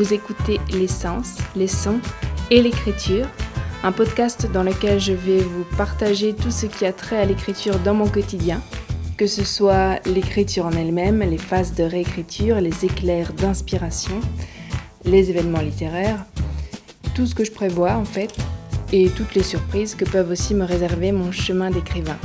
Vous écoutez Les Sens, les sons et l'écriture, un podcast dans lequel je vais vous partager tout ce qui a trait à l'écriture dans mon quotidien, que ce soit l'écriture en elle-même, les phases de réécriture, les éclairs d'inspiration, les événements littéraires, tout ce que je prévois en fait, et toutes les surprises que peuvent aussi me réserver mon chemin d'écrivain.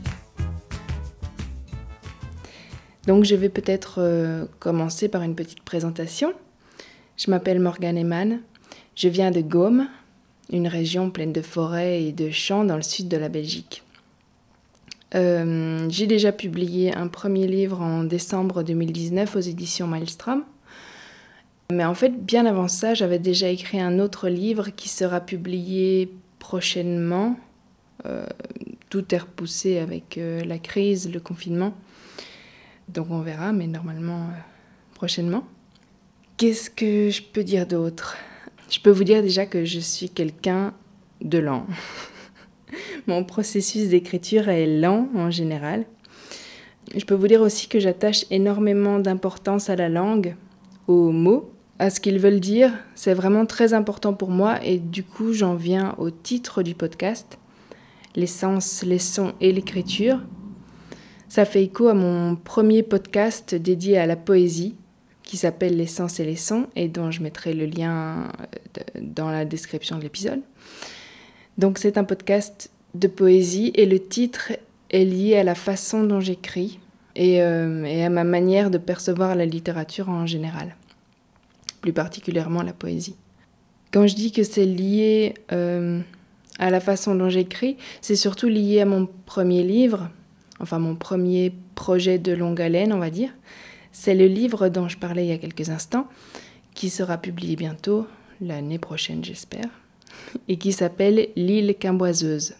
Donc je vais peut-être commencer par une petite présentation. Je m'appelle Morgane Eman, je viens de Gaume, une région pleine de forêts et de champs dans le sud de la Belgique. J'ai déjà publié un premier livre en décembre 2019 aux éditions Maelstrom. Mais en fait, bien avant ça, j'avais déjà écrit un autre livre qui sera publié prochainement. Tout est repoussé avec la crise, le confinement. Donc on verra, mais normalement prochainement. Qu'est-ce que je peux dire d'autre ? Je peux vous dire déjà que je suis quelqu'un de lent. Mon processus d'écriture est lent en général. Je peux vous dire aussi que j'attache énormément d'importance à la langue, aux mots, à ce qu'ils veulent dire. C'est vraiment très important pour moi et du coup j'en viens au titre du podcast, Les sens, les sons et l'écriture. Ça fait écho à mon premier podcast dédié à la poésie, qui s'appelle Les sens et les sons, et dont je mettrai le lien dans la description de l'épisode. Donc c'est un podcast de poésie, et le titre est lié à la façon dont j'écris, et à ma manière de percevoir la littérature en général, plus particulièrement la poésie. Quand je dis que c'est lié à la façon dont j'écris, c'est surtout lié à mon premier livre, enfin mon premier projet de longue haleine, on va dire. C'est le livre dont je parlais il y a quelques instants, qui sera publié bientôt, l'année prochaine j'espère, et qui s'appelle L'île Quimboiseuse.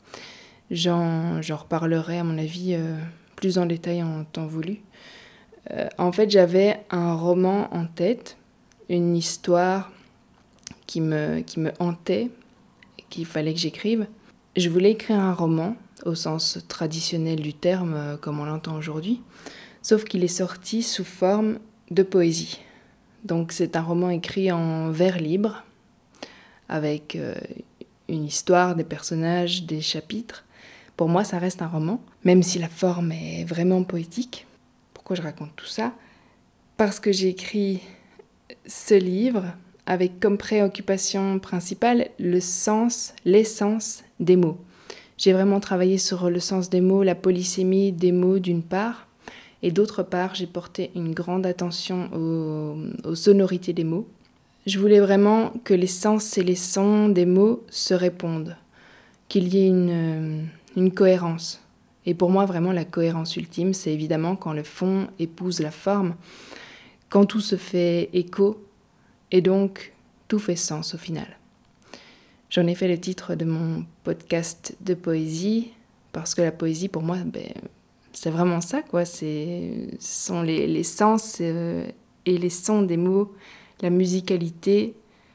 J'en reparlerai à mon avis plus en détail en temps voulu. En fait, j'avais un roman en tête, une histoire qui me hantait, qu'il fallait que j'écrive. Je voulais écrire un roman, au sens traditionnel du terme, comme on l'entend aujourd'hui, sauf qu'il est sorti sous forme de poésie. Donc c'est un roman écrit en vers libre, avec une histoire, des personnages, des chapitres. Pour moi, ça reste un roman, même si la forme est vraiment poétique. Pourquoi je raconte tout ça ? Parce que j'ai écrit ce livre avec comme préoccupation principale le sens, l'essence des mots. J'ai vraiment travaillé sur le sens des mots, la polysémie des mots d'une part, et d'autre part, j'ai porté une grande attention aux sonorités des mots. Je voulais vraiment que les sens et les sons des mots se répondent, qu'il y ait une cohérence. Et pour moi, vraiment, la cohérence ultime, c'est évidemment quand le fond épouse la forme, quand tout se fait écho, et donc tout fait sens au final. J'en ai fait le titre de mon podcast de poésie, parce que la poésie, pour moi, c'est vraiment ça, quoi. Ce sont les sens et les sons des mots, la musicalité.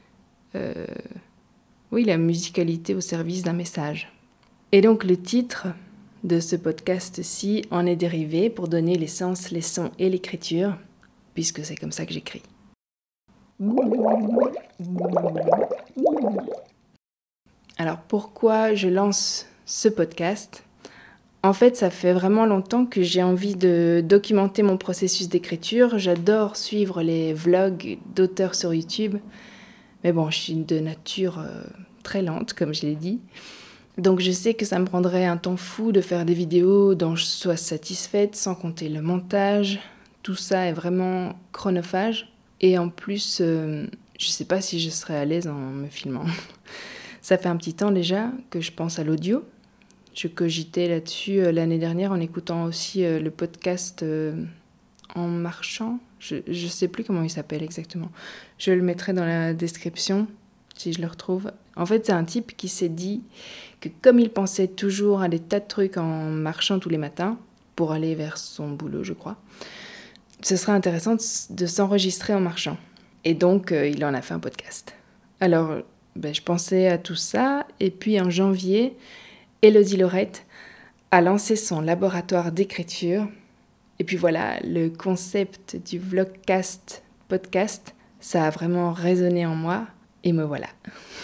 La musicalité au service d'un message. Et donc le titre de ce podcast-ci en est dérivé pour donner les sens, les sons et l'écriture, puisque c'est comme ça que j'écris. Alors pourquoi je lance ce podcast ? En fait, ça fait vraiment longtemps que j'ai envie de documenter mon processus d'écriture. J'adore suivre les vlogs d'auteurs sur YouTube. Mais bon, je suis de nature très lente, comme je l'ai dit. Donc je sais que ça me prendrait un temps fou de faire des vidéos dont je sois satisfaite, sans compter le montage. Tout ça est vraiment chronophage. Et en plus, je sais pas si je serais à l'aise en me filmant. Ça fait un petit temps déjà que je pense à l'audio. Je cogitais là-dessus l'année dernière en écoutant aussi le podcast en marchant. Je sais plus comment il s'appelle exactement. Je le mettrai dans la description si je le retrouve. En fait, c'est un type qui s'est dit que comme il pensait toujours à des tas de trucs en marchant tous les matins, pour aller vers son boulot, je crois, ce serait intéressant de s'enregistrer en marchant. Et donc, il en a fait un podcast. Alors, je pensais à tout ça, et puis en janvier, Élodie Laurette a lancé son laboratoire d'écriture. Et puis voilà, le concept du vlogcast podcast Ça a vraiment résonné en moi et me voilà.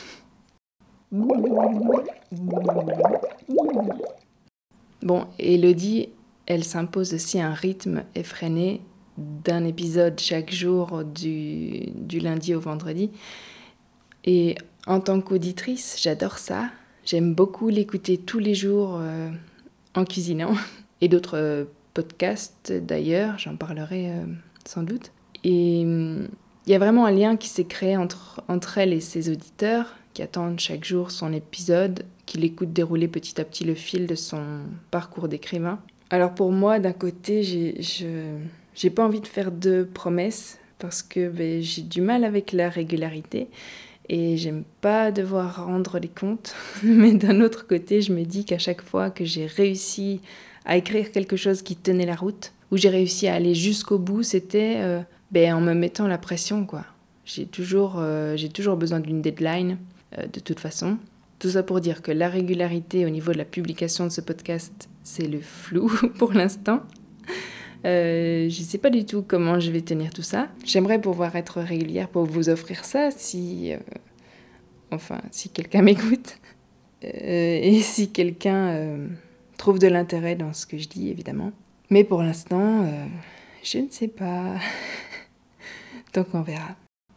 Bon, Élodie, elle s'impose aussi un rythme effréné d'un épisode chaque jour du lundi au vendredi. Et en tant qu'auditrice, j'adore ça. J'aime beaucoup l'écouter tous les jours en cuisinant. Et d'autres podcasts d'ailleurs, j'en parlerai sans doute. Et il y a vraiment un lien qui s'est créé entre elle et ses auditeurs qui attendent chaque jour son épisode, qui l'écoutent dérouler petit à petit le fil de son parcours d'écrivain. Alors pour moi, d'un côté, j'ai pas envie de faire de promesses parce que j'ai du mal avec la régularité et j'aime pas devoir rendre les comptes. Mais d'un autre côté, je me dis qu'à chaque fois que j'ai réussi à écrire quelque chose qui tenait la route, où j'ai réussi à aller jusqu'au bout, c'était en me mettant la pression, quoi. J'ai toujours besoin d'une deadline, de toute façon. Tout ça pour dire que la régularité au niveau de la publication de ce podcast, c'est le flou pour l'instant. Je ne sais pas du tout comment je vais tenir tout ça. J'aimerais pouvoir être régulière pour vous offrir ça si quelqu'un m'écoute. Et si quelqu'un trouve de l'intérêt dans ce que je dis, évidemment. Mais pour l'instant, je ne sais pas. Donc on verra.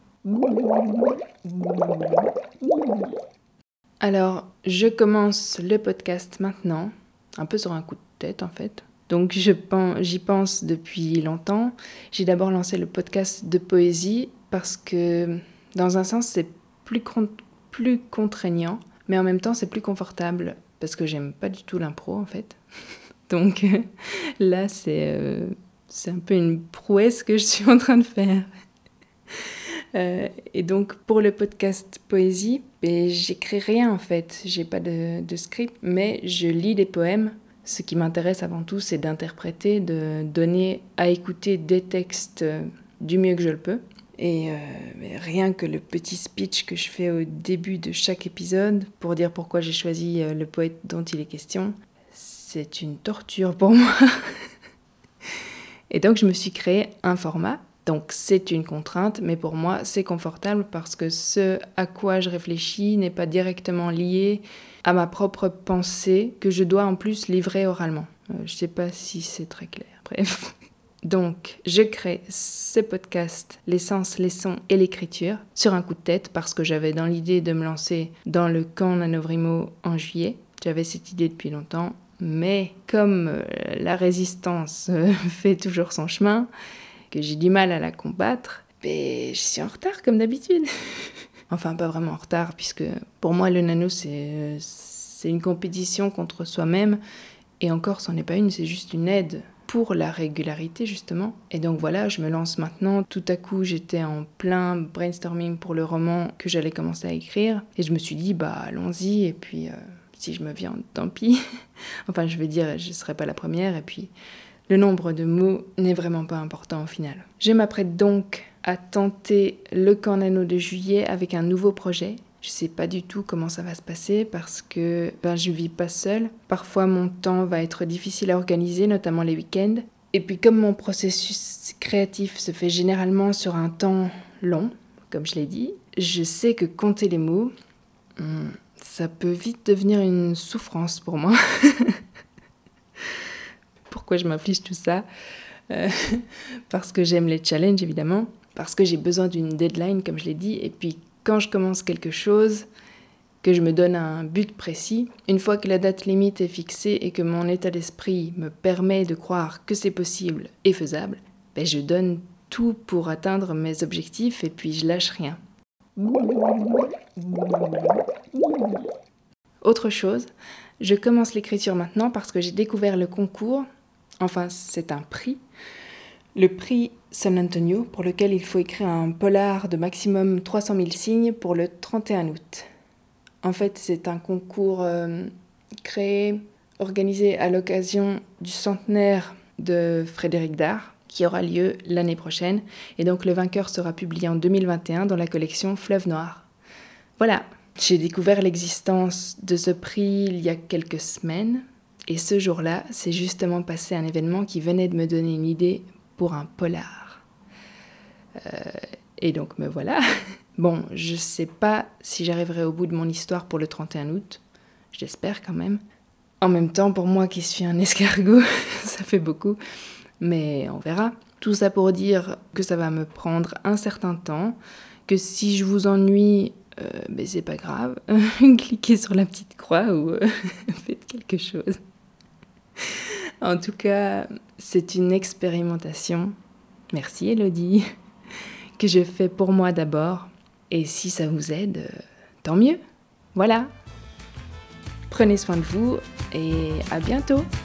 Alors, je commence le podcast maintenant, un peu sur un coup de tête en fait. Donc j'y pense depuis longtemps. J'ai d'abord lancé le podcast de poésie parce que dans un sens c'est plus contraignant, mais en même temps c'est plus confortable parce que j'aime pas du tout l'impro en fait. Donc là c'est un peu une prouesse que je suis en train de faire. Et donc pour le podcast poésie, j'écris rien en fait, j'ai pas de script, mais je lis des poèmes. Ce qui m'intéresse avant tout, c'est d'interpréter, de donner à écouter des textes du mieux que je le peux. Et rien que le petit speech que je fais au début de chaque épisode pour dire pourquoi j'ai choisi le poète dont il est question, c'est une torture pour moi. Et donc je me suis créé un format. Donc c'est une contrainte, mais pour moi c'est confortable parce que ce à quoi je réfléchis n'est pas directement lié à ma propre pensée que je dois en plus livrer oralement. Je ne sais pas si c'est très clair. Bref. Donc je crée ce podcast, l'essence, les sons et l'écriture sur un coup de tête parce que j'avais dans l'idée de me lancer dans le camp NaNoWriMo en juillet. J'avais cette idée depuis longtemps, mais comme la résistance fait toujours son chemin, que j'ai du mal à la combattre, je suis en retard comme d'habitude. Enfin, pas vraiment en retard, puisque pour moi, le nano, c'est une compétition contre soi-même. Et encore, c'en est pas une, c'est juste une aide pour la régularité, justement. Et donc voilà, je me lance maintenant. Tout à coup, j'étais en plein brainstorming pour le roman que j'allais commencer à écrire. Et je me suis dit, allons-y. Et puis, si je me viande, tant pis. Enfin, je vais dire, je serai pas la première. Et puis, le nombre de mots n'est vraiment pas important au final. Je m'apprête donc à tenter le camp nano de juillet avec un nouveau projet. Je sais pas du tout comment ça va se passer parce que je vis pas seule. Parfois mon temps va être difficile à organiser, notamment les week-ends. Et puis comme mon processus créatif se fait généralement sur un temps long, comme je l'ai dit, je sais que compter les mots, ça peut vite devenir une souffrance pour moi. Pourquoi je m'inflige tout ça ? Parce que j'aime les challenges évidemment, parce que j'ai besoin d'une deadline comme je l'ai dit, et puis quand je commence quelque chose, que je me donne un but précis, une fois que la date limite est fixée et que mon état d'esprit me permet de croire que c'est possible et faisable, je donne tout pour atteindre mes objectifs et puis je lâche rien. Autre chose, je commence l'écriture maintenant parce que j'ai découvert le concours, enfin c'est un prix, le prix San Antonio, pour lequel il faut écrire un polar de maximum 300 000 signes pour le 31 août. En fait, c'est un concours organisé à l'occasion du centenaire de Frédéric Dard, qui aura lieu l'année prochaine. Et donc, le vainqueur sera publié en 2021 dans la collection Fleuve Noir. Voilà, j'ai découvert l'existence de ce prix il y a quelques semaines. Et ce jour-là, c'est justement passé un événement qui venait de me donner une idée pour un polar. Et donc me voilà. Bon, je sais pas si j'arriverai au bout de mon histoire pour le 31 août. J'espère quand même. En même temps, pour moi qui suis un escargot, ça fait beaucoup. Mais on verra. Tout ça pour dire que ça va me prendre un certain temps, que si je vous ennuie, c'est pas grave. Cliquez sur la petite croix ou faites quelque chose. En tout cas, c'est une expérimentation. Merci Elodie. Que je fais pour moi d'abord. Et si ça vous aide, tant mieux. Voilà. Prenez soin de vous et à bientôt.